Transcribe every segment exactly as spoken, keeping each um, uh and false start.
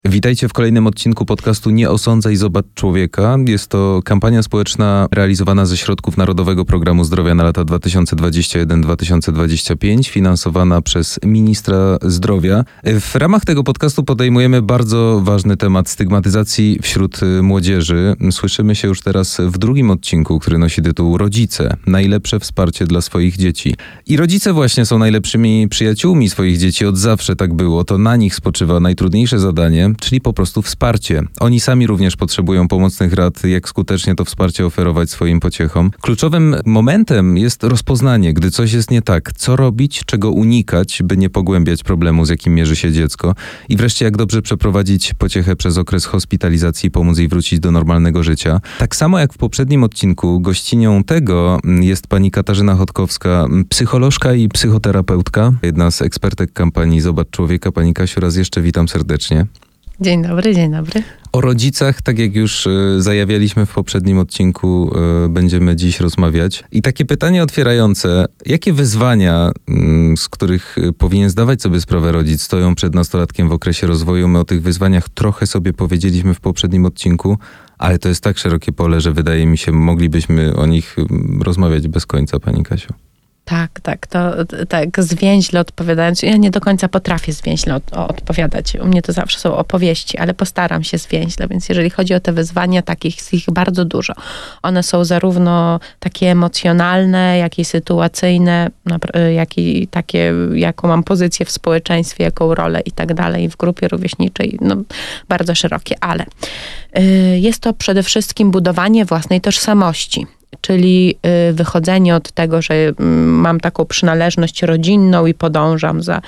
Witajcie w kolejnym odcinku podcastu Nie osądzaj, zobacz człowieka. Jest to kampania społeczna realizowana ze środków Narodowego Programu Zdrowia na lata dwa tysiące dwudziesty pierwszy do dwa tysiące dwudziestego piątego, finansowana przez ministra zdrowia. W ramach tego podcastu podejmujemy bardzo ważny temat stygmatyzacji wśród młodzieży. Słyszymy się już teraz w drugim odcinku, który nosi tytuł Rodzice. Najlepsze wsparcie dla swoich dzieci. I rodzice właśnie są najlepszymi przyjaciółmi swoich dzieci. Od zawsze tak było. To na nich spoczywa najtrudniejsze zadanie, czyli po prostu wsparcie. Oni sami również potrzebują pomocnych rad, jak skutecznie to wsparcie oferować swoim pociechom. Kluczowym momentem jest rozpoznanie, gdy coś jest nie tak. Co robić, czego unikać, by nie pogłębiać problemu, z jakim mierzy się dziecko. I wreszcie, jak dobrze przeprowadzić pociechę przez okres hospitalizacji i pomóc jej wrócić do normalnego życia. Tak samo jak w poprzednim odcinku, gościnią tego jest pani Katarzyna Chodkowska, psycholożka i psychoterapeutka, jedna z ekspertek kampanii Zobacz Człowieka. Pani Kasiu, raz jeszcze witam serdecznie. Dzień dobry, dzień dobry. O rodzicach, tak jak już y, zajawialiśmy w poprzednim odcinku, y, będziemy dziś rozmawiać. I takie pytanie otwierające, jakie wyzwania, y, z których y, powinien zdawać sobie sprawę rodzic, stoją przed nastolatkiem w okresie rozwoju? My o tych wyzwaniach trochę sobie powiedzieliśmy w poprzednim odcinku, ale to jest tak szerokie pole, że wydaje mi się, moglibyśmy o nich y, rozmawiać bez końca, pani Kasiu. Tak, tak, to tak zwięźle odpowiadając, ja nie do końca potrafię zwięźle od, odpowiadać. U mnie to zawsze są opowieści, ale postaram się zwięźle, więc jeżeli chodzi o te wyzwania, takich jest ich bardzo dużo. One są zarówno takie emocjonalne, jak i sytuacyjne, jak i takie, jaką mam pozycję w społeczeństwie, jaką rolę i tak dalej, w grupie rówieśniczej, no bardzo szerokie, ale y, jest to przede wszystkim budowanie własnej tożsamości. Czyli wychodzenie od tego, że mam taką przynależność rodzinną i podążam za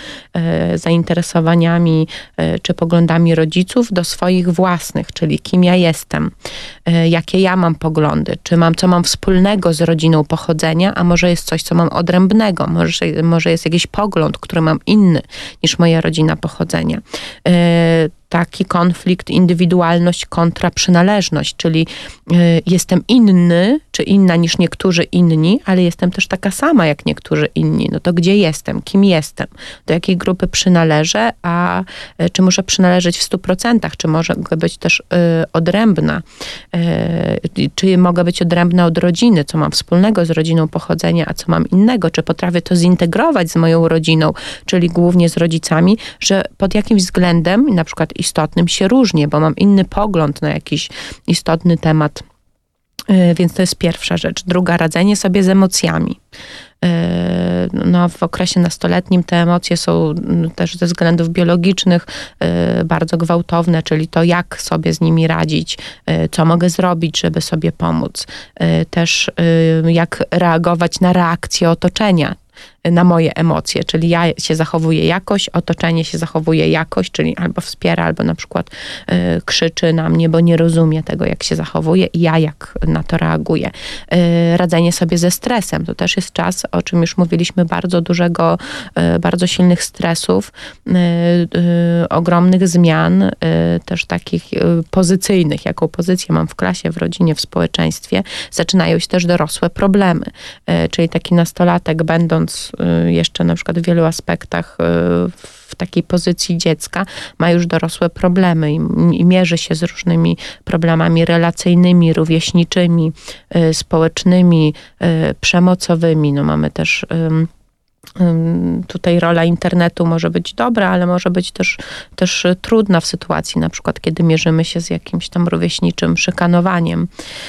zainteresowaniami czy poglądami rodziców do swoich własnych, czyli kim ja jestem, jakie ja mam poglądy, czy mam, co mam wspólnego z rodziną pochodzenia, a może jest coś, co mam odrębnego, może, może jest jakiś pogląd, który mam inny niż moja rodzina pochodzenia. Taki konflikt, indywidualność kontra przynależność, czyli y, jestem inny, czy inna niż niektórzy inni, ale jestem też taka sama jak niektórzy inni. No to gdzie jestem? Kim jestem? Do jakiej grupy przynależę? A y, czy muszę przynależeć w stu procentach? Czy mogę być też y, odrębna? Y, czy mogę być odrębna od rodziny? Co mam wspólnego z rodziną pochodzenia, a co mam innego? Czy potrafię to zintegrować z moją rodziną, czyli głównie z rodzicami, że pod jakimś względem, na przykład istotnym się różnię, bo mam inny pogląd na jakiś istotny temat. Więc to jest pierwsza rzecz. Druga, radzenie sobie z emocjami. No, w okresie nastoletnim te emocje są też ze względów biologicznych bardzo gwałtowne, czyli to, jak sobie z nimi radzić, co mogę zrobić, żeby sobie pomóc. Też jak reagować na reakcję otoczenia, na moje emocje, czyli ja się zachowuję jakoś, otoczenie się zachowuje jakoś, czyli albo wspiera, albo na przykład y, krzyczy na mnie, bo nie rozumie tego, jak się zachowuje i ja jak na to reaguję. Y, radzenie sobie ze stresem, to też jest czas, o czym już mówiliśmy, bardzo dużego, y, bardzo silnych stresów, y, y, ogromnych zmian, y, też takich y, pozycyjnych, jaką pozycję mam w klasie, w rodzinie, w społeczeństwie, zaczynają się też dorosłe problemy, y, czyli taki nastolatek, będąc jeszcze na przykład w wielu aspektach w takiej pozycji dziecka, ma już dorosłe problemy i, i mierzy się z różnymi problemami relacyjnymi, rówieśniczymi, społecznymi, przemocowymi. No mamy też tutaj rola internetu może być dobra, ale może być też, też trudna w sytuacji, na przykład kiedy mierzymy się z jakimś tam rówieśniczym szykanowaniem.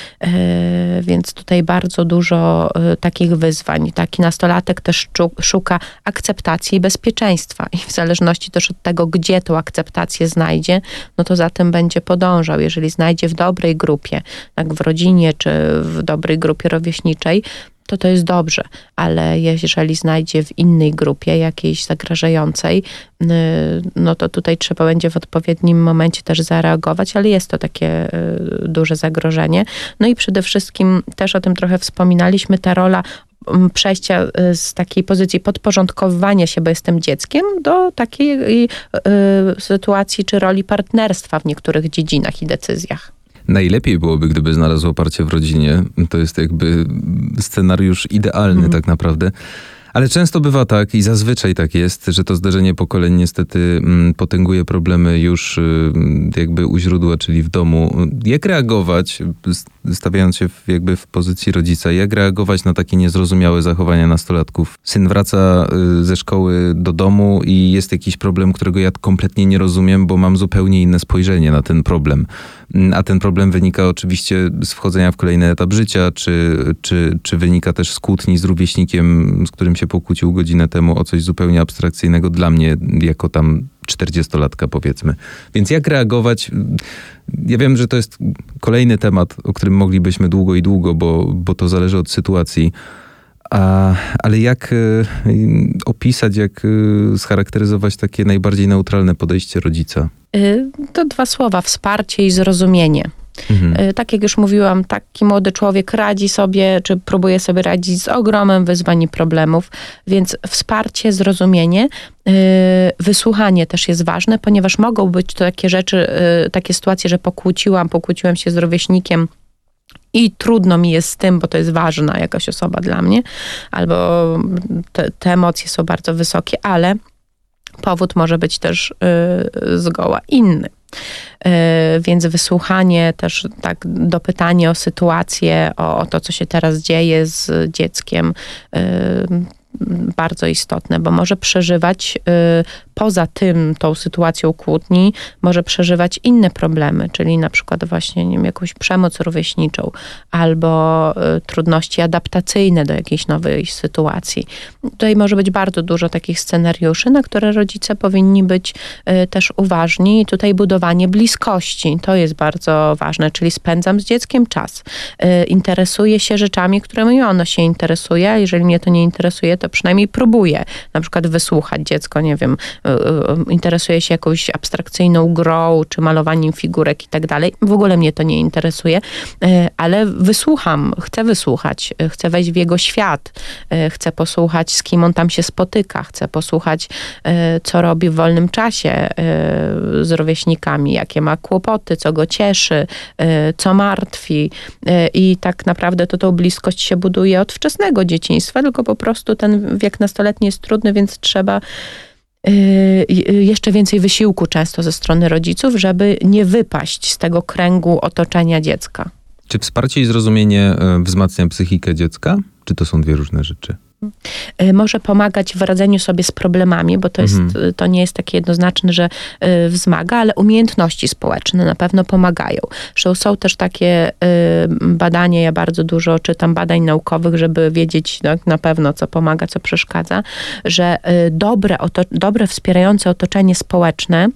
Więc tutaj bardzo dużo takich wyzwań. Taki nastolatek też szuka akceptacji i bezpieczeństwa i w zależności też od tego, gdzie tą akceptację znajdzie, no to za tym będzie podążał. Jeżeli znajdzie w dobrej grupie, tak w rodzinie czy w dobrej grupie rówieśniczej, to to jest dobrze, ale jeżeli znajdzie w innej grupie jakiejś zagrażającej, no to tutaj trzeba będzie w odpowiednim momencie też zareagować, ale jest to takie duże zagrożenie. No i przede wszystkim też o tym trochę wspominaliśmy, ta rola przejścia z takiej pozycji podporządkowywania się, bo jestem dzieckiem, do takiej sytuacji czy roli partnerstwa w niektórych dziedzinach i decyzjach. Najlepiej byłoby, gdyby znalazł oparcie w rodzinie. To jest jakby scenariusz idealny mm. tak naprawdę. Ale często bywa tak i zazwyczaj tak jest, że to zderzenie pokoleń niestety potęguje problemy już jakby u źródła, czyli w domu. Jak reagować, stawiając się w, jakby w pozycji rodzica, jak reagować na takie niezrozumiałe zachowania nastolatków? Syn wraca ze szkoły do domu i jest jakiś problem, którego ja kompletnie nie rozumiem, bo mam zupełnie inne spojrzenie na ten problem. A ten problem wynika oczywiście z wchodzenia w kolejny etap życia, czy, czy, czy wynika też z kłótni z rówieśnikiem, z którym się pokłócił godzinę temu o coś zupełnie abstrakcyjnego dla mnie, jako tam czterdziestolatka powiedzmy. Więc jak reagować? Ja wiem, że to jest kolejny temat, o którym moglibyśmy długo i długo, bo, bo to zależy od sytuacji. A, ale jak y, opisać, jak y, scharakteryzować takie najbardziej neutralne podejście rodzica? To dwa słowa: wsparcie i zrozumienie. Mhm. Tak jak już mówiłam, taki młody człowiek radzi sobie, czy próbuje sobie radzić z ogromem wyzwań i problemów, więc wsparcie, zrozumienie, wysłuchanie też jest ważne, ponieważ mogą być to takie rzeczy, takie sytuacje, że pokłóciłam, pokłóciłem się z rówieśnikiem i trudno mi jest z tym, bo to jest ważna jakaś osoba dla mnie, albo te, te emocje są bardzo wysokie, ale powód może być też y, zgoła inny. Y, więc wysłuchanie, też tak dopytanie o sytuację, o, o to, co się teraz dzieje z dzieckiem, y, bardzo istotne, bo może przeżywać y, poza tym, tą sytuacją kłótni, może przeżywać inne problemy, czyli na przykład właśnie, nie wiem, jakąś przemoc rówieśniczą albo y, trudności adaptacyjne do jakiejś nowej sytuacji. Tutaj może być bardzo dużo takich scenariuszy, na które rodzice powinni być y, też uważni. I tutaj budowanie bliskości, to jest bardzo ważne, czyli spędzam z dzieckiem czas. Y, interesuję się rzeczami, którymi ono się interesuje, a jeżeli mnie to nie interesuje, to przynajmniej próbuję na przykład wysłuchać dziecko, nie wiem, interesuje się jakąś abstrakcyjną grą, czy malowaniem figurek i tak dalej. W ogóle mnie to nie interesuje, ale wysłucham, chcę wysłuchać, chcę wejść w jego świat, chcę posłuchać, z kim on tam się spotyka, chcę posłuchać, co robi w wolnym czasie z rówieśnikami, jakie ma kłopoty, co go cieszy, co martwi. I tak naprawdę to tą bliskość się buduje od wczesnego dzieciństwa, tylko po prostu ten wiek nastoletni jest trudny, więc trzeba jeszcze więcej wysiłku często ze strony rodziców, żeby nie wypaść z tego kręgu otoczenia dziecka. Czy wsparcie i zrozumienie wzmacnia psychikę dziecka? Czy to są dwie różne rzeczy? Może pomagać w radzeniu sobie z problemami, bo to, jest, mhm. to nie jest takie jednoznaczne, że wzmaga, ale umiejętności społeczne na pewno pomagają. Że są też takie badania, ja bardzo dużo czytam badań naukowych, żeby wiedzieć no, na pewno, co pomaga, co przeszkadza, że dobre, oto, dobre wspierające otoczenie społeczne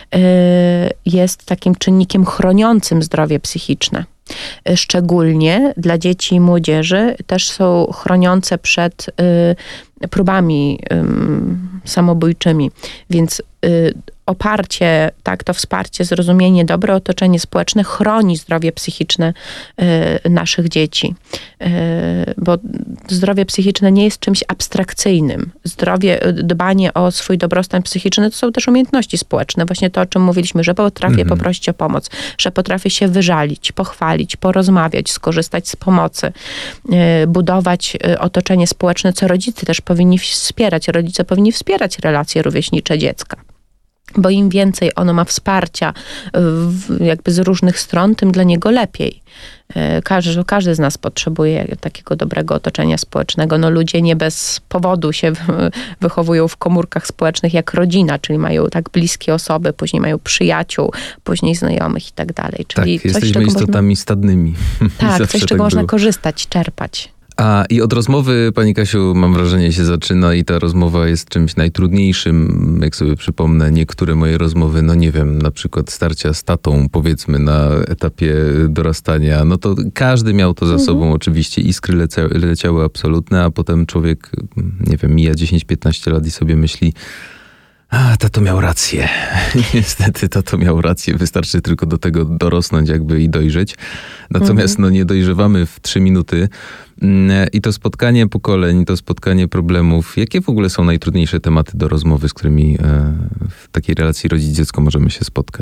jest takim czynnikiem chroniącym zdrowie psychiczne. Szczególnie dla dzieci i młodzieży też są chroniące przed y, próbami y, samobójczymi. Więc y, oparcie, tak, to wsparcie, zrozumienie, dobre otoczenie społeczne chroni zdrowie psychiczne y, naszych dzieci. Y, bo zdrowie psychiczne nie jest czymś abstrakcyjnym. Zdrowie, dbanie o swój dobrostan psychiczny to są też umiejętności społeczne. Właśnie to, o czym mówiliśmy, że potrafię mhm. poprosić o pomoc, że potrafię się wyżalić, pochwalić, porozmawiać, skorzystać z pomocy, y, budować y, otoczenie społeczne, co rodzice też powinni wspierać. Rodzice powinni wspierać relacje rówieśnicze dziecka. Bo im więcej ono ma wsparcia w, jakby z różnych stron, tym dla niego lepiej. Każdy, każdy z nas potrzebuje takiego dobrego otoczenia społecznego. No ludzie nie bez powodu się wychowują w komórkach społecznych jak rodzina, czyli mają tak bliskie osoby, później mają przyjaciół, później znajomych i tak dalej. Czyli tak, coś, jesteśmy istotami można... stadnymi. Tak, coś, z czego tak można było. korzystać, czerpać. A i od rozmowy, pani Kasiu, mam wrażenie, się zaczyna i ta rozmowa jest czymś najtrudniejszym. Jak sobie przypomnę niektóre moje rozmowy, no nie wiem, na przykład starcia z tatą, powiedzmy, na etapie dorastania, no to każdy miał to za mhm. sobą oczywiście. Iskry lecia, leciały absolutne, a potem człowiek, nie wiem, mija dziesięć piętnaście lat i sobie myśli, a, tato miał rację. Niestety tato miał rację. Wystarczy tylko do tego dorosnąć jakby i dojrzeć. Natomiast mhm. no nie dojrzewamy w trzy minuty. I to spotkanie pokoleń, to spotkanie problemów. Jakie w ogóle są najtrudniejsze tematy do rozmowy, z którymi w takiej relacji rodzic-dziecko możemy się spotkać?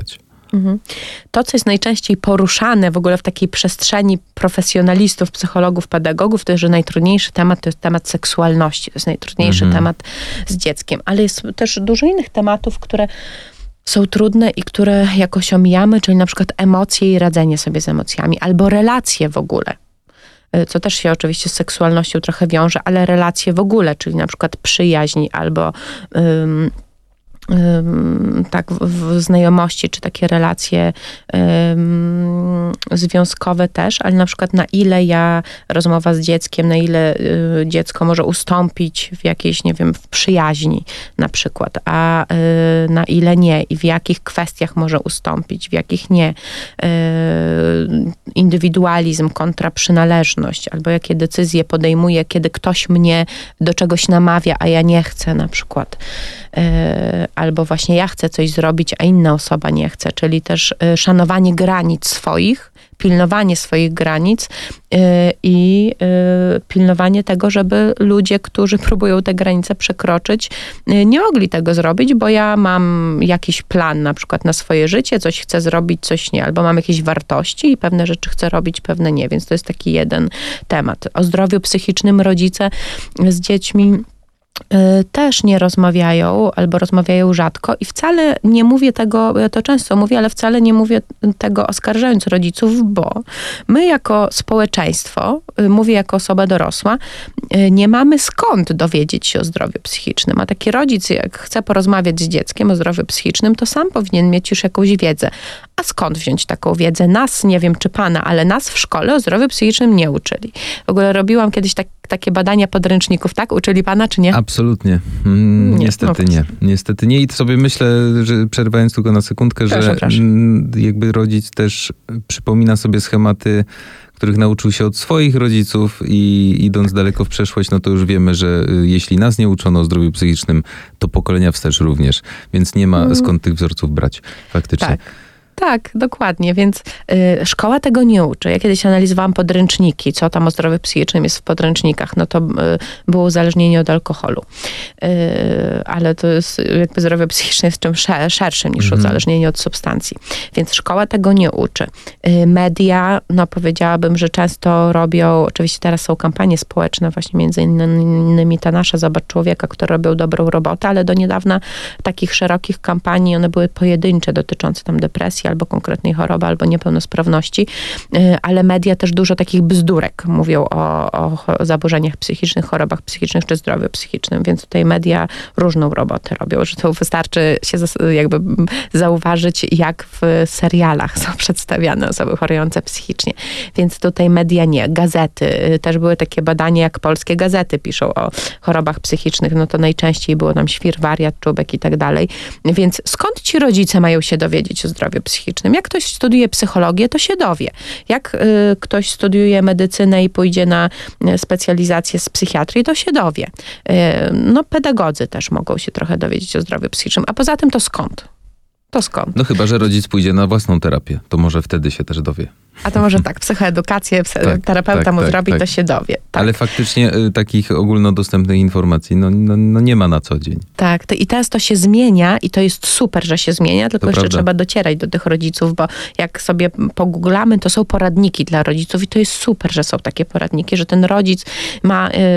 Mhm. To, co jest najczęściej poruszane w ogóle w takiej przestrzeni profesjonalistów, psychologów, pedagogów, to jest, że najtrudniejszy temat to jest temat seksualności. To jest najtrudniejszy mhm. temat z dzieckiem. Ale jest też dużo innych tematów, które są trudne i które jakoś omijamy, czyli na przykład emocje i radzenie sobie z emocjami, albo relacje w ogóle. Co też się oczywiście z seksualnością trochę wiąże, ale relacje w ogóle, czyli na przykład przyjaźń albo ym, ym, tak w, w znajomości, czy takie relacje ym, związkowe też, ale na przykład na ile ja, rozmowa z dzieckiem, na ile y, dziecko może ustąpić w jakiejś, nie wiem, w przyjaźni na przykład, a y, na ile nie i w jakich kwestiach może ustąpić, w jakich nie. Y, indywidualizm kontra przynależność, albo jakie decyzje podejmuję, kiedy ktoś mnie do czegoś namawia, a ja nie chcę na przykład. Y, albo właśnie ja chcę coś zrobić, a inna osoba nie chce, czyli też y, szanowanie granic swoich, pilnowanie swoich granic yy, i yy, pilnowanie tego, żeby ludzie, którzy próbują te granice przekroczyć, yy, nie mogli tego zrobić, bo ja mam jakiś plan na przykład na swoje życie, coś chcę zrobić, coś nie, albo mam jakieś wartości i pewne rzeczy chcę robić, pewne nie, więc to jest taki jeden temat. O zdrowiu psychicznym rodzice z dziećmi też nie rozmawiają albo rozmawiają rzadko i wcale nie mówię tego, ja to często mówię, ale wcale nie mówię tego oskarżając rodziców, bo my jako społeczeństwo, mówię jako osoba dorosła, nie mamy skąd dowiedzieć się o zdrowiu psychicznym. A taki rodzic, jak chce porozmawiać z dzieckiem o zdrowiu psychicznym, to sam powinien mieć już jakąś wiedzę. A skąd wziąć taką wiedzę? Nas, nie wiem czy pana, ale nas w szkole o zdrowiu psychicznym nie uczyli. W ogóle robiłam kiedyś tak, takie badania podręczników, tak? Uczyli pana, czy nie? Absolutnie. Mm, nie, niestety no, nie. Niestety nie. I sobie myślę, że przerwając tylko na sekundkę, proszę, że proszę. jakby rodzic też przypomina sobie schematy, których nauczył się od swoich rodziców i idąc daleko w przeszłość, no to już wiemy, że jeśli nas nie uczono o zdrowiu psychicznym, to pokolenia wstecz również. Więc nie ma skąd tych wzorców brać. Faktycznie. Tak. Tak, dokładnie, więc y, szkoła tego nie uczy. Ja kiedyś analizowałam podręczniki, co tam o zdrowiu psychicznym jest w podręcznikach, no to y, było uzależnienie od alkoholu. Y, ale to jest jakby zdrowie psychiczne jest czym szer- szerszym niż mm. uzależnienie od substancji. Więc szkoła tego nie uczy. Y, media, no powiedziałabym, że często robią, oczywiście teraz są kampanie społeczne, właśnie między innymi ta nasza Zobacz Człowieka, które robią dobrą robotę, ale do niedawna takich szerokich kampanii, one były pojedyncze, dotyczące tam depresji, albo konkretnej choroby, albo niepełnosprawności, ale media też dużo takich bzdurek mówią o, o zaburzeniach psychicznych, chorobach psychicznych czy zdrowiu psychicznym, więc tutaj media różną robotę robią, że to wystarczy się jakby zauważyć, jak w serialach są przedstawiane osoby chorujące psychicznie. Więc tutaj media nie. Gazety. Też były takie badania, jak polskie gazety piszą o chorobach psychicznych, no to najczęściej było nam świr, wariat, czubek i tak dalej. Więc skąd ci rodzice mają się dowiedzieć o zdrowiu psychicznym? Jak ktoś studiuje psychologię, to się dowie. Jak y, ktoś studiuje medycynę i pójdzie na specjalizację z psychiatrii, to się dowie. Y, no pedagodzy też mogą się trochę dowiedzieć o zdrowiu psychicznym. A poza tym to skąd? To skąd? No chyba, że rodzic pójdzie na własną terapię. To może wtedy się też dowie. A to może tak, psychoedukację, tak, terapeuta tak, mu tak, zrobi, tak. to się dowie. Tak. Ale faktycznie y, takich ogólnodostępnych informacji no, no, no nie ma na co dzień. Tak, to, i teraz to się zmienia i to jest super, że się zmienia, tylko to jeszcze prawda. Trzeba docierać do tych rodziców, bo jak sobie pogooglamy, to są poradniki dla rodziców i to jest super, że są takie poradniki, że ten rodzic ma, yy,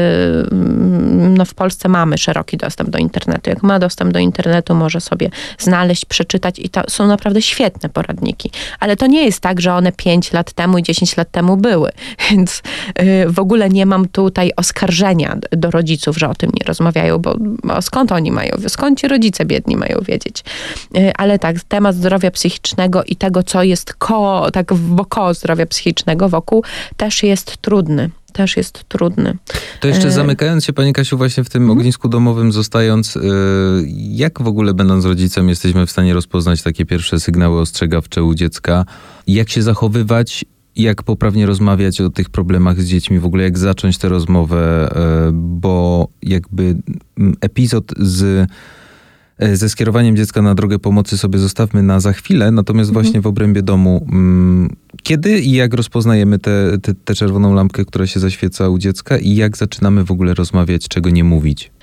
no w Polsce mamy szeroki dostęp do internetu. Jak ma dostęp do internetu, może sobie znaleźć, przeczytać i to są naprawdę świetne poradniki. Ale to nie jest tak, że one pięć lat temu i dziesięć lat temu były. Więc yy, w ogóle nie mam tutaj oskarżenia do rodziców, że o tym nie rozmawiają, bo, bo skąd oni mają, skąd ci rodzice biedni mają wiedzieć. Yy, ale tak, temat zdrowia psychicznego i tego, co jest koło, tak wokoło zdrowia psychicznego wokół, też jest trudny. Też jest trudny. To jeszcze zamykając się, Pani Kasiu, właśnie w tym hmm. ognisku domowym zostając, jak w ogóle będąc rodzicem jesteśmy w stanie rozpoznać takie pierwsze sygnały ostrzegawcze u dziecka? Jak się zachowywać? Jak poprawnie rozmawiać o tych problemach z dziećmi? W ogóle jak zacząć tę rozmowę? Bo jakby epizod z ze skierowaniem dziecka na drogę pomocy sobie zostawmy na za chwilę, natomiast mhm. właśnie w obrębie domu, kiedy i jak rozpoznajemy tę czerwoną lampkę, która się zaświeca u dziecka i jak zaczynamy w ogóle rozmawiać, czego nie mówić?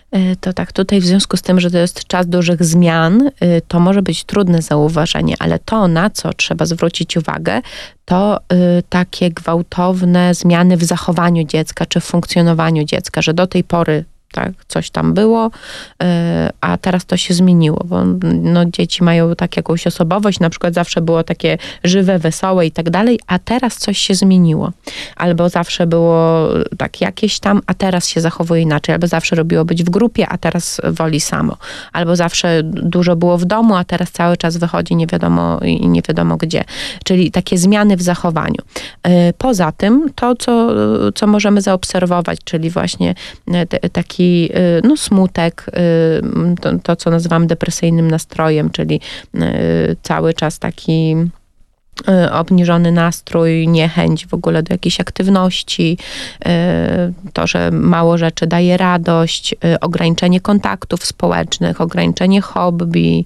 To tak, tutaj w związku z tym, że to jest czas dużych zmian, to może być trudne zauważenie, ale to, na co trzeba zwrócić uwagę, to y, takie gwałtowne zmiany w zachowaniu dziecka, czy w funkcjonowaniu dziecka, że do tej pory tak, coś tam było, y, a teraz to się zmieniło, bo no, dzieci mają tak jakąś osobowość, na przykład zawsze było takie żywe, wesołe i tak dalej, a teraz coś się zmieniło. Albo zawsze było tak jakieś tam, a teraz się zachowuje inaczej. Albo zawsze robiło być w grupie, a teraz woli samo. Albo zawsze dużo było w domu, a teraz cały czas wychodzi nie wiadomo i nie wiadomo gdzie. Czyli takie zmiany w zachowaniu. Y, poza tym to, co, co możemy zaobserwować, czyli właśnie te, taki no, smutek, to, to co nazywam depresyjnym nastrojem, czyli cały czas taki obniżony nastrój, niechęć w ogóle do jakiejś aktywności, to, że mało rzeczy daje radość, ograniczenie kontaktów społecznych, ograniczenie hobby,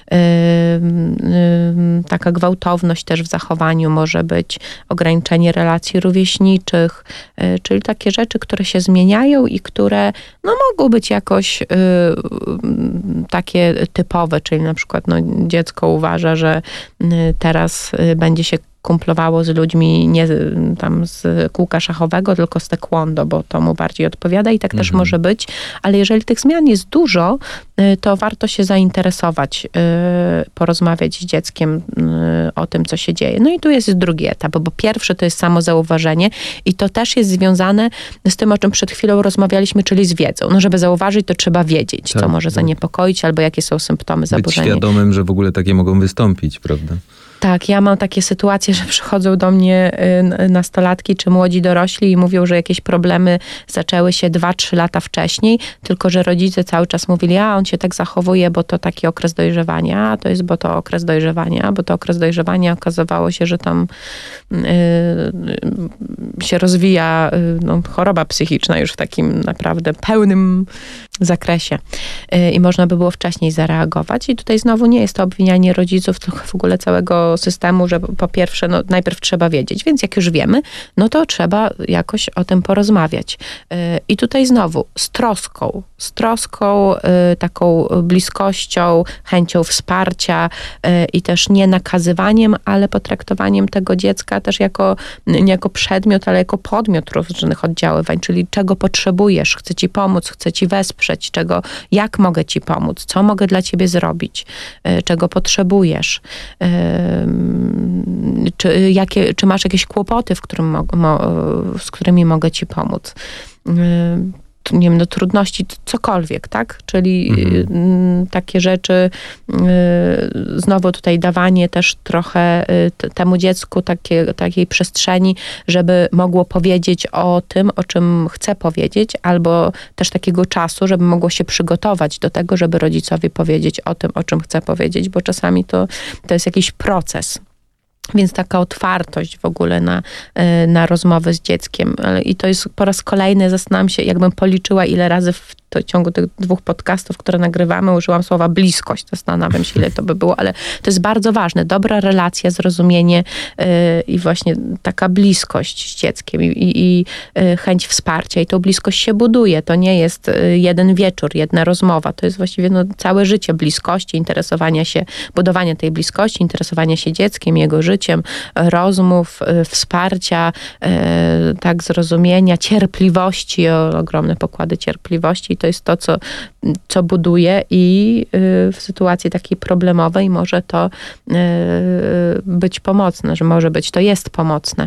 taka gwałtowność też w zachowaniu może być, ograniczenie relacji rówieśniczych, czyli takie rzeczy, które się zmieniają i które no, mogą być jakoś takie typowe, czyli na przykład no, dziecko uważa, że teraz będzie się kumplowało z ludźmi nie tam z kółka szachowego, tylko z taekwondo, bo to mu bardziej odpowiada i tak mhm. też może być. Ale jeżeli tych zmian jest dużo, to warto się zainteresować, porozmawiać z dzieckiem o tym, co się dzieje. No i tu jest drugi etap, bo pierwszy to jest samo zauważenie i to też jest związane z tym, o czym przed chwilą rozmawialiśmy, czyli z wiedzą. No żeby zauważyć, to trzeba wiedzieć, tak, co może tak. zaniepokoić albo jakie są symptomy zaburzenia. Być świadomym, że w ogóle takie mogą wystąpić, prawda? Tak, ja mam takie sytuacje, że przychodzą do mnie nastolatki czy młodzi dorośli i mówią, że jakieś problemy zaczęły się dwa trzy lata wcześniej, tylko że rodzice cały czas mówili, a on się tak zachowuje, bo to taki okres dojrzewania, a to jest, bo to okres dojrzewania, bo to okres dojrzewania okazywało się, że tam yy, się rozwija yy, no, choroba psychiczna już w takim naprawdę pełnym zakresie yy, i można by było wcześniej zareagować. I tutaj znowu nie jest to obwinianie rodziców, tylko w ogóle całego systemu, że po pierwsze, no najpierw trzeba wiedzieć, więc jak już wiemy, no to trzeba jakoś o tym porozmawiać. I tutaj znowu z troską, z troską, taką bliskością, chęcią wsparcia i też nie nakazywaniem, ale potraktowaniem tego dziecka też jako, nie jako przedmiot, ale jako podmiot różnych oddziaływań, czyli czego potrzebujesz, chcę ci pomóc, chcę ci wesprzeć, czego, jak mogę ci pomóc, co mogę dla ciebie zrobić, czego potrzebujesz. Czy, jakie, czy masz jakieś kłopoty, w którym mo, mo, z którymi mogę ci pomóc? Nie wiem, no trudności, cokolwiek, tak? Czyli mhm. takie rzeczy, znowu tutaj dawanie też trochę temu dziecku takie, takiej przestrzeni, żeby mogło powiedzieć o tym, o czym chce powiedzieć, albo też takiego czasu, żeby mogło się przygotować do tego, żeby rodzicowi powiedzieć o tym, o czym chce powiedzieć, bo czasami to, to jest jakiś proces. Więc taka otwartość w ogóle na, na rozmowę z dzieckiem. I to jest po raz kolejny, zastanawiam się, jakbym policzyła, ile razy w to w ciągu tych dwóch podcastów, które nagrywamy, użyłam słowa bliskość. Zastanawiam się, ile to by było, ale to jest bardzo ważne. Dobra relacja, zrozumienie yy, i właśnie taka bliskość z dzieckiem i, i yy, chęć wsparcia. I tą bliskość się buduje. To nie jest yy, jeden wieczór, jedna rozmowa. To jest właściwie no, całe życie bliskości, interesowania się, budowania tej bliskości, interesowania się dzieckiem, jego życiem, rozmów, yy, wsparcia, yy, tak, zrozumienia, cierpliwości, o, ogromne pokłady cierpliwości. I to jest to, co, co buduje i w sytuacji takiej problemowej może to być pomocne, że może być, to jest pomocne.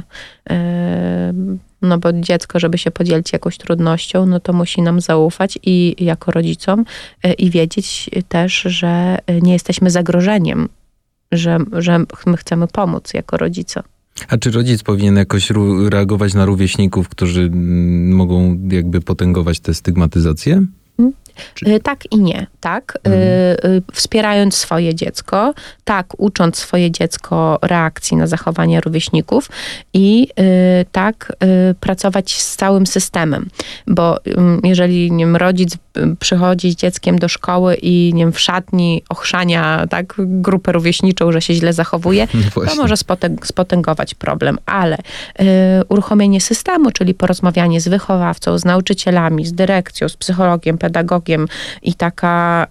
No bo dziecko, żeby się podzielić jakąś trudnością, no to musi nam zaufać i jako rodzicom i wiedzieć też, że nie jesteśmy zagrożeniem, że, że my chcemy pomóc jako rodzice. A czy rodzic powinien jakoś ru- reagować na rówieśników, którzy m, mogą jakby potęgować tę stygmatyzację? Czy... Tak i nie, tak. Mhm. Wspierając swoje dziecko, tak, ucząc swoje dziecko reakcji na zachowania rówieśników i tak pracować z całym systemem. Bo jeżeli nie wiem, rodzic przychodzi z dzieckiem do szkoły i nie wiem, w szatni ochrzania tak, grupę rówieśniczą, że się źle zachowuje, no to może spotęg- spotęgować problem. Ale y, uruchomienie systemu, czyli porozmawianie z wychowawcą, z nauczycielami, z dyrekcją, z psychologiem, pedagogiem, pedagogiem i taka,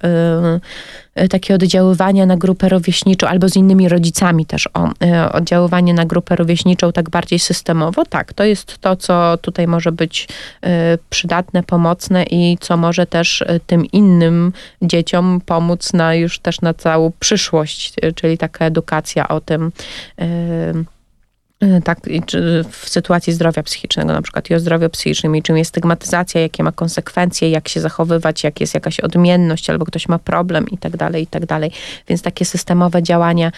y, takie oddziaływanie na grupę rówieśniczą, albo z innymi rodzicami też, o, y, oddziaływanie na grupę rówieśniczą tak bardziej systemowo, tak, to jest to, co tutaj może być y, przydatne, pomocne i co może też y, tym innym dzieciom pomóc na już też na całą przyszłość, y, czyli taka edukacja o tym, y, tak, w sytuacji zdrowia psychicznego na przykład i o zdrowiu psychicznym i czym jest stygmatyzacja, jakie ma konsekwencje, jak się zachowywać, jak jest jakaś odmienność albo ktoś ma problem i tak dalej, i tak dalej. Więc takie systemowe działania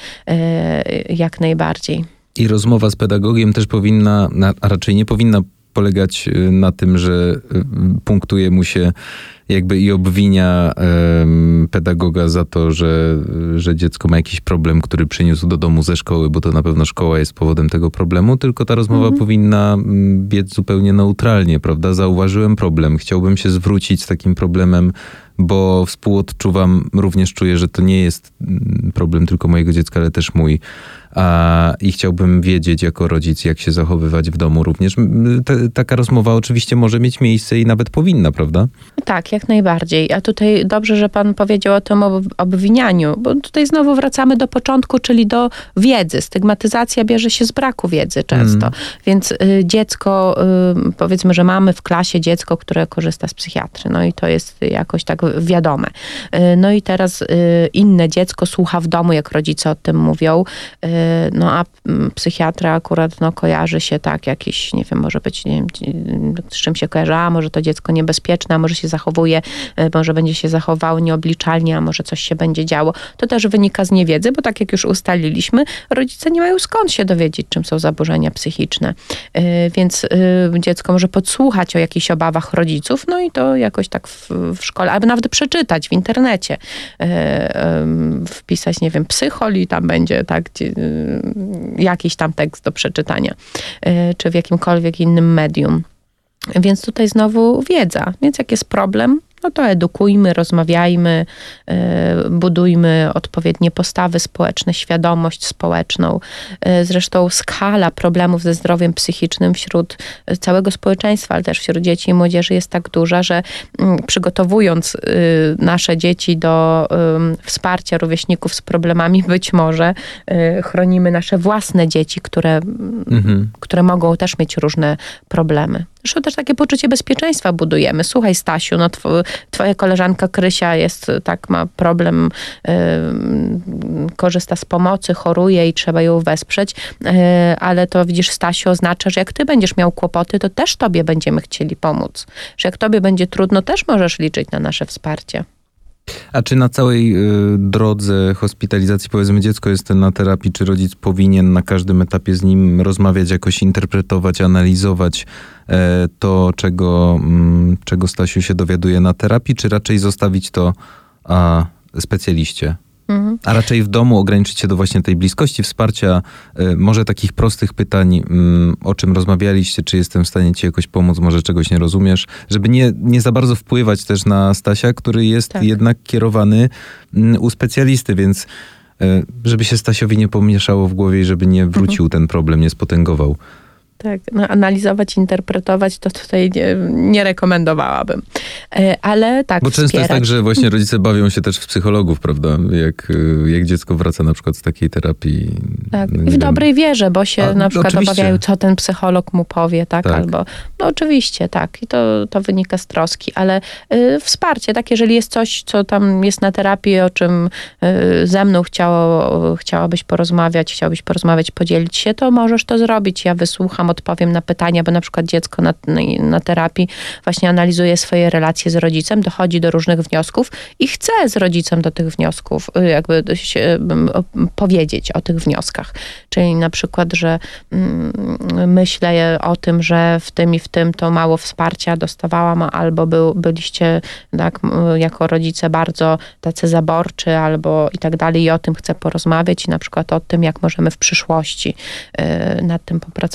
jak najbardziej. I rozmowa z pedagogiem też powinna, a raczej nie powinna polegać na tym, że punktuje mu się jakby i obwinia um, pedagoga za to, że, że dziecko ma jakiś problem, który przyniósł do domu ze szkoły, bo to na pewno szkoła jest powodem tego problemu, tylko ta rozmowa mhm. powinna biec zupełnie neutralnie, prawda? Zauważyłem problem, chciałbym się zwrócić z takim problemem, bo współodczuwam, również czuję, że to nie jest problem tylko mojego dziecka, ale też mój. A, I chciałbym wiedzieć jako rodzic, jak się zachowywać w domu również. T- taka rozmowa oczywiście może mieć miejsce i nawet powinna, prawda? Tak, jak najbardziej. A tutaj dobrze, że pan powiedział o tym ob- obwinianiu, bo tutaj znowu wracamy do początku, czyli do wiedzy. Stygmatyzacja bierze się z braku wiedzy często. Mm. Więc y, dziecko, y, powiedzmy, że mamy w klasie dziecko, które korzysta z psychiatry. No i to jest jakoś tak wiadome. Y, no i teraz y, inne dziecko słucha w domu, jak rodzice o tym mówią. Y, no a psychiatra akurat no, kojarzy się tak, jakiś, nie wiem, może być, nie wiem, z czym się kojarzy, a może to dziecko niebezpieczne, a może się zachowuje, może będzie się zachowało nieobliczalnie, a może coś się będzie działo. To też wynika z niewiedzy, bo tak jak już ustaliliśmy, rodzice nie mają skąd się dowiedzieć, czym są zaburzenia psychiczne. Więc dziecko może podsłuchać o jakichś obawach rodziców, no i to jakoś tak w, w szkole, albo nawet przeczytać w internecie, wpisać, nie wiem, psychol i tam będzie tak jakiś tam tekst do przeczytania, czy w jakimkolwiek innym medium. Więc tutaj znowu wiedza. Więc jak jest problem, no to edukujmy, rozmawiajmy, budujmy odpowiednie postawy społeczne, świadomość społeczną. Zresztą skala problemów ze zdrowiem psychicznym wśród całego społeczeństwa, ale też wśród dzieci i młodzieży jest tak duża, że przygotowując nasze dzieci do wsparcia rówieśników z problemami, być może chronimy nasze własne dzieci, które, mhm. które mogą też mieć różne problemy. Zresztą też takie poczucie bezpieczeństwa budujemy. Słuchaj, Stasiu, no tw- twoja koleżanka Krysia jest, tak, ma problem, yy, korzysta z pomocy, choruje i trzeba ją wesprzeć, yy, ale to widzisz, Stasiu, oznacza, że jak ty będziesz miał kłopoty, to też tobie będziemy chcieli pomóc. Że jak tobie będzie trudno, też możesz liczyć na nasze wsparcie. A czy na całej y, drodze hospitalizacji, powiedzmy, dziecko jest na terapii, czy rodzic powinien na każdym etapie z nim rozmawiać, jakoś interpretować, analizować y, to, czego, y, czego Stasiu się dowiaduje na terapii, czy raczej zostawić to a, specjaliście? Mhm. A raczej w domu ograniczyć się do właśnie tej bliskości, wsparcia, y, może takich prostych pytań, y, o czym rozmawialiście, czy jestem w stanie ci jakoś pomóc, może czegoś nie rozumiesz, żeby nie, nie za bardzo wpływać też na Stasia, który jest tak. jednak kierowany y, u specjalisty, więc y, żeby się Stasiowi nie pomieszało w głowie i żeby nie wrócił mhm. ten problem, nie spotęgował. Tak, no, analizować, interpretować, to tutaj nie, nie rekomendowałabym. Ale tak, Bo często wspierać. jest tak, że właśnie rodzice bawią się też w psychologów, prawda? Jak, jak dziecko wraca na przykład z takiej terapii. Tak, no i w wiem. dobrej wierze, bo się A, na przykład oczywiście. obawiają, co ten psycholog mu powie, tak? tak. Albo, no oczywiście, tak. I to, to wynika z troski, ale y, wsparcie, tak, jeżeli jest coś, co tam jest na terapii, o czym y, ze mną chciało, chciałabyś porozmawiać, chciałbyś porozmawiać, podzielić się, to możesz to zrobić. Ja wysłucham, odpowiem na pytania, bo na przykład dziecko na, na terapii właśnie analizuje swoje relacje z rodzicem, dochodzi do różnych wniosków i chce z rodzicem do tych wniosków jakby się, powiedzieć o tych wnioskach. Czyli na przykład, że mm, myślę o tym, że w tym i w tym to mało wsparcia dostawałam, albo był, byliście tak, jako rodzice bardzo tacy zaborczy, albo i tak dalej, i o tym chcę porozmawiać i na przykład o tym, jak możemy w przyszłości y, nad tym popracować, żeby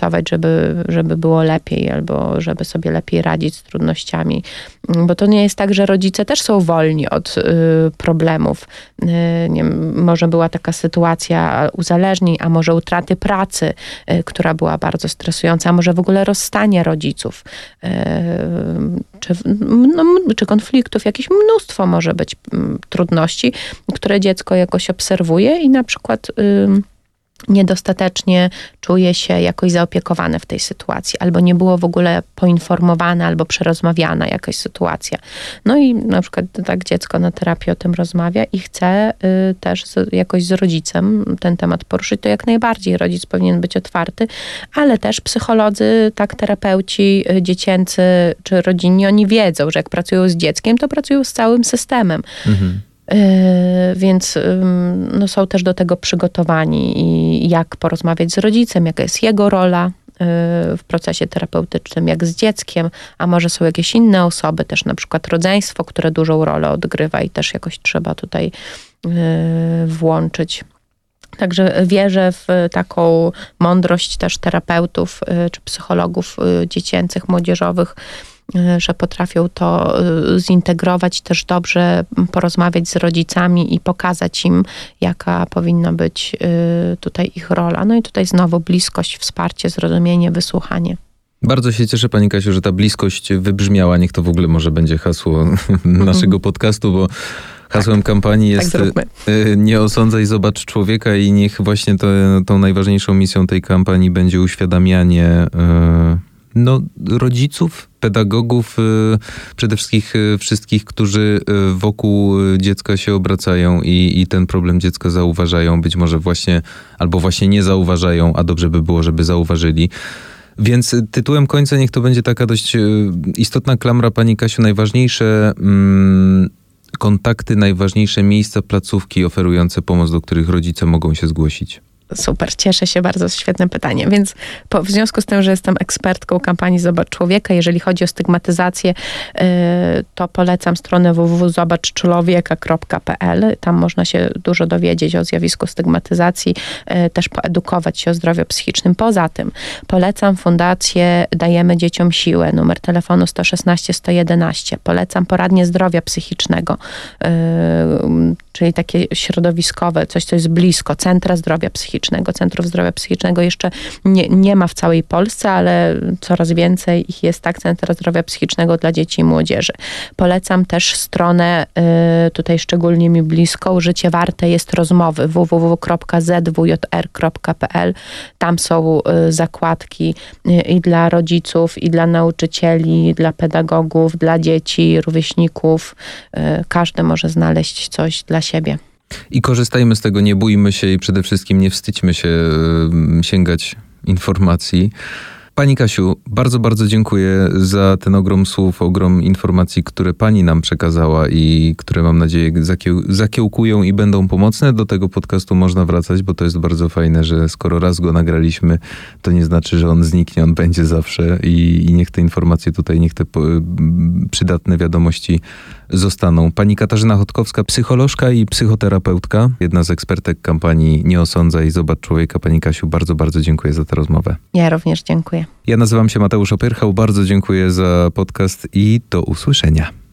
żeby, żeby było lepiej, albo żeby sobie lepiej radzić z trudnościami. Bo to nie jest tak, że rodzice też są wolni od y, problemów. Y, nie, może była taka sytuacja uzależnień, a może utraty pracy, y, która była bardzo stresująca, a może w ogóle rozstanie rodziców, y, czy, no, czy konfliktów, jakieś mnóstwo może być y, trudności, które dziecko jakoś obserwuje i na przykład y, niedostatecznie czuje się jakoś zaopiekowane w tej sytuacji, albo nie było w ogóle poinformowane, albo przerozmawiana jakaś sytuacja. No i na przykład tak dziecko na terapii o tym rozmawia i chce y, też z, jakoś z rodzicem ten temat poruszyć, to jak najbardziej rodzic powinien być otwarty, ale też psycholodzy, tak terapeuci y, dziecięcy czy rodzinni, oni wiedzą, że jak pracują z dzieckiem, to pracują z całym systemem. Mhm. Yy, więc yy, no, są też do tego przygotowani i jak porozmawiać z rodzicem, jaka jest jego rola yy, w procesie terapeutycznym, jak z dzieckiem, a może są jakieś inne osoby, też na przykład rodzeństwo, które dużą rolę odgrywa i też jakoś trzeba tutaj yy, włączyć. Także wierzę w taką mądrość też terapeutów yy, czy psychologów yy, dziecięcych, młodzieżowych, że potrafią to zintegrować, też dobrze porozmawiać z rodzicami i pokazać im, jaka powinna być tutaj ich rola. No i tutaj znowu bliskość, wsparcie, zrozumienie, wysłuchanie. Bardzo się cieszę, Pani Kasiu, że ta bliskość wybrzmiała. Niech to w ogóle może będzie hasło naszego podcastu, bo hasłem tak, kampanii jest tak nie osądzaj, zobacz człowieka i niech właśnie to, tą najważniejszą misją tej kampanii będzie uświadamianie no, rodziców, pedagogów, przede wszystkim wszystkich, którzy wokół dziecka się obracają i, i ten problem dziecka zauważają, być może właśnie, albo właśnie nie zauważają, a dobrze by było, żeby zauważyli. Więc tytułem końca niech to będzie taka dość istotna klamra, Pani Kasiu, najważniejsze mm, kontakty, najważniejsze miejsca, placówki oferujące pomoc, do których rodzice mogą się zgłosić. Super, cieszę się bardzo, świetne pytanie. Więc po, w związku z tym, że jestem ekspertką kampanii Zobacz Człowieka, jeżeli chodzi o stygmatyzację, yy, to polecam stronę w w w kropka zobacz człowieka kropka p l. Tam można się dużo dowiedzieć o zjawisku stygmatyzacji, yy, też poedukować się o zdrowiu psychicznym. Poza tym polecam Fundację Dajemy Dzieciom Siłę, numer telefonu sto szesnaście sto jedenaście. Polecam poradnie zdrowia psychicznego, yy, czyli takie środowiskowe, coś, co jest blisko, centra zdrowia psychicznego. Centrów Zdrowia Psychicznego jeszcze nie, nie ma w całej Polsce, ale coraz więcej ich jest, tak, Centra Zdrowia Psychicznego dla dzieci i młodzieży. Polecam też stronę, y, tutaj szczególnie mi bliską, Życie Warte jest Rozmowy, w w w kropka z w j r kropka p l. Tam są y, zakładki y, i dla rodziców, i dla nauczycieli, i dla pedagogów, dla dzieci, rówieśników. Y, każdy może znaleźć coś dla siebie. I korzystajmy z tego, nie bójmy się i przede wszystkim nie wstydźmy się yy, sięgać informacji. Pani Kasiu, bardzo, bardzo dziękuję za ten ogrom słów, ogrom informacji, które Pani nam przekazała i które, mam nadzieję, zakieł- zakiełkują i będą pomocne. Do tego podcastu można wracać, bo to jest bardzo fajne, że skoro raz go nagraliśmy, to nie znaczy, że on zniknie, on będzie zawsze i, i niech te informacje tutaj, niech te po, przydatne wiadomości zostaną. Pani Katarzyna Chodkowska, psycholożka i psychoterapeutka, jedna z ekspertek kampanii Nie osądzaj, zobacz człowieka. Pani Kasiu, bardzo, bardzo dziękuję za tę rozmowę. Ja również dziękuję. Ja nazywam się Mateusz Opyrchał, bardzo dziękuję za podcast i do usłyszenia.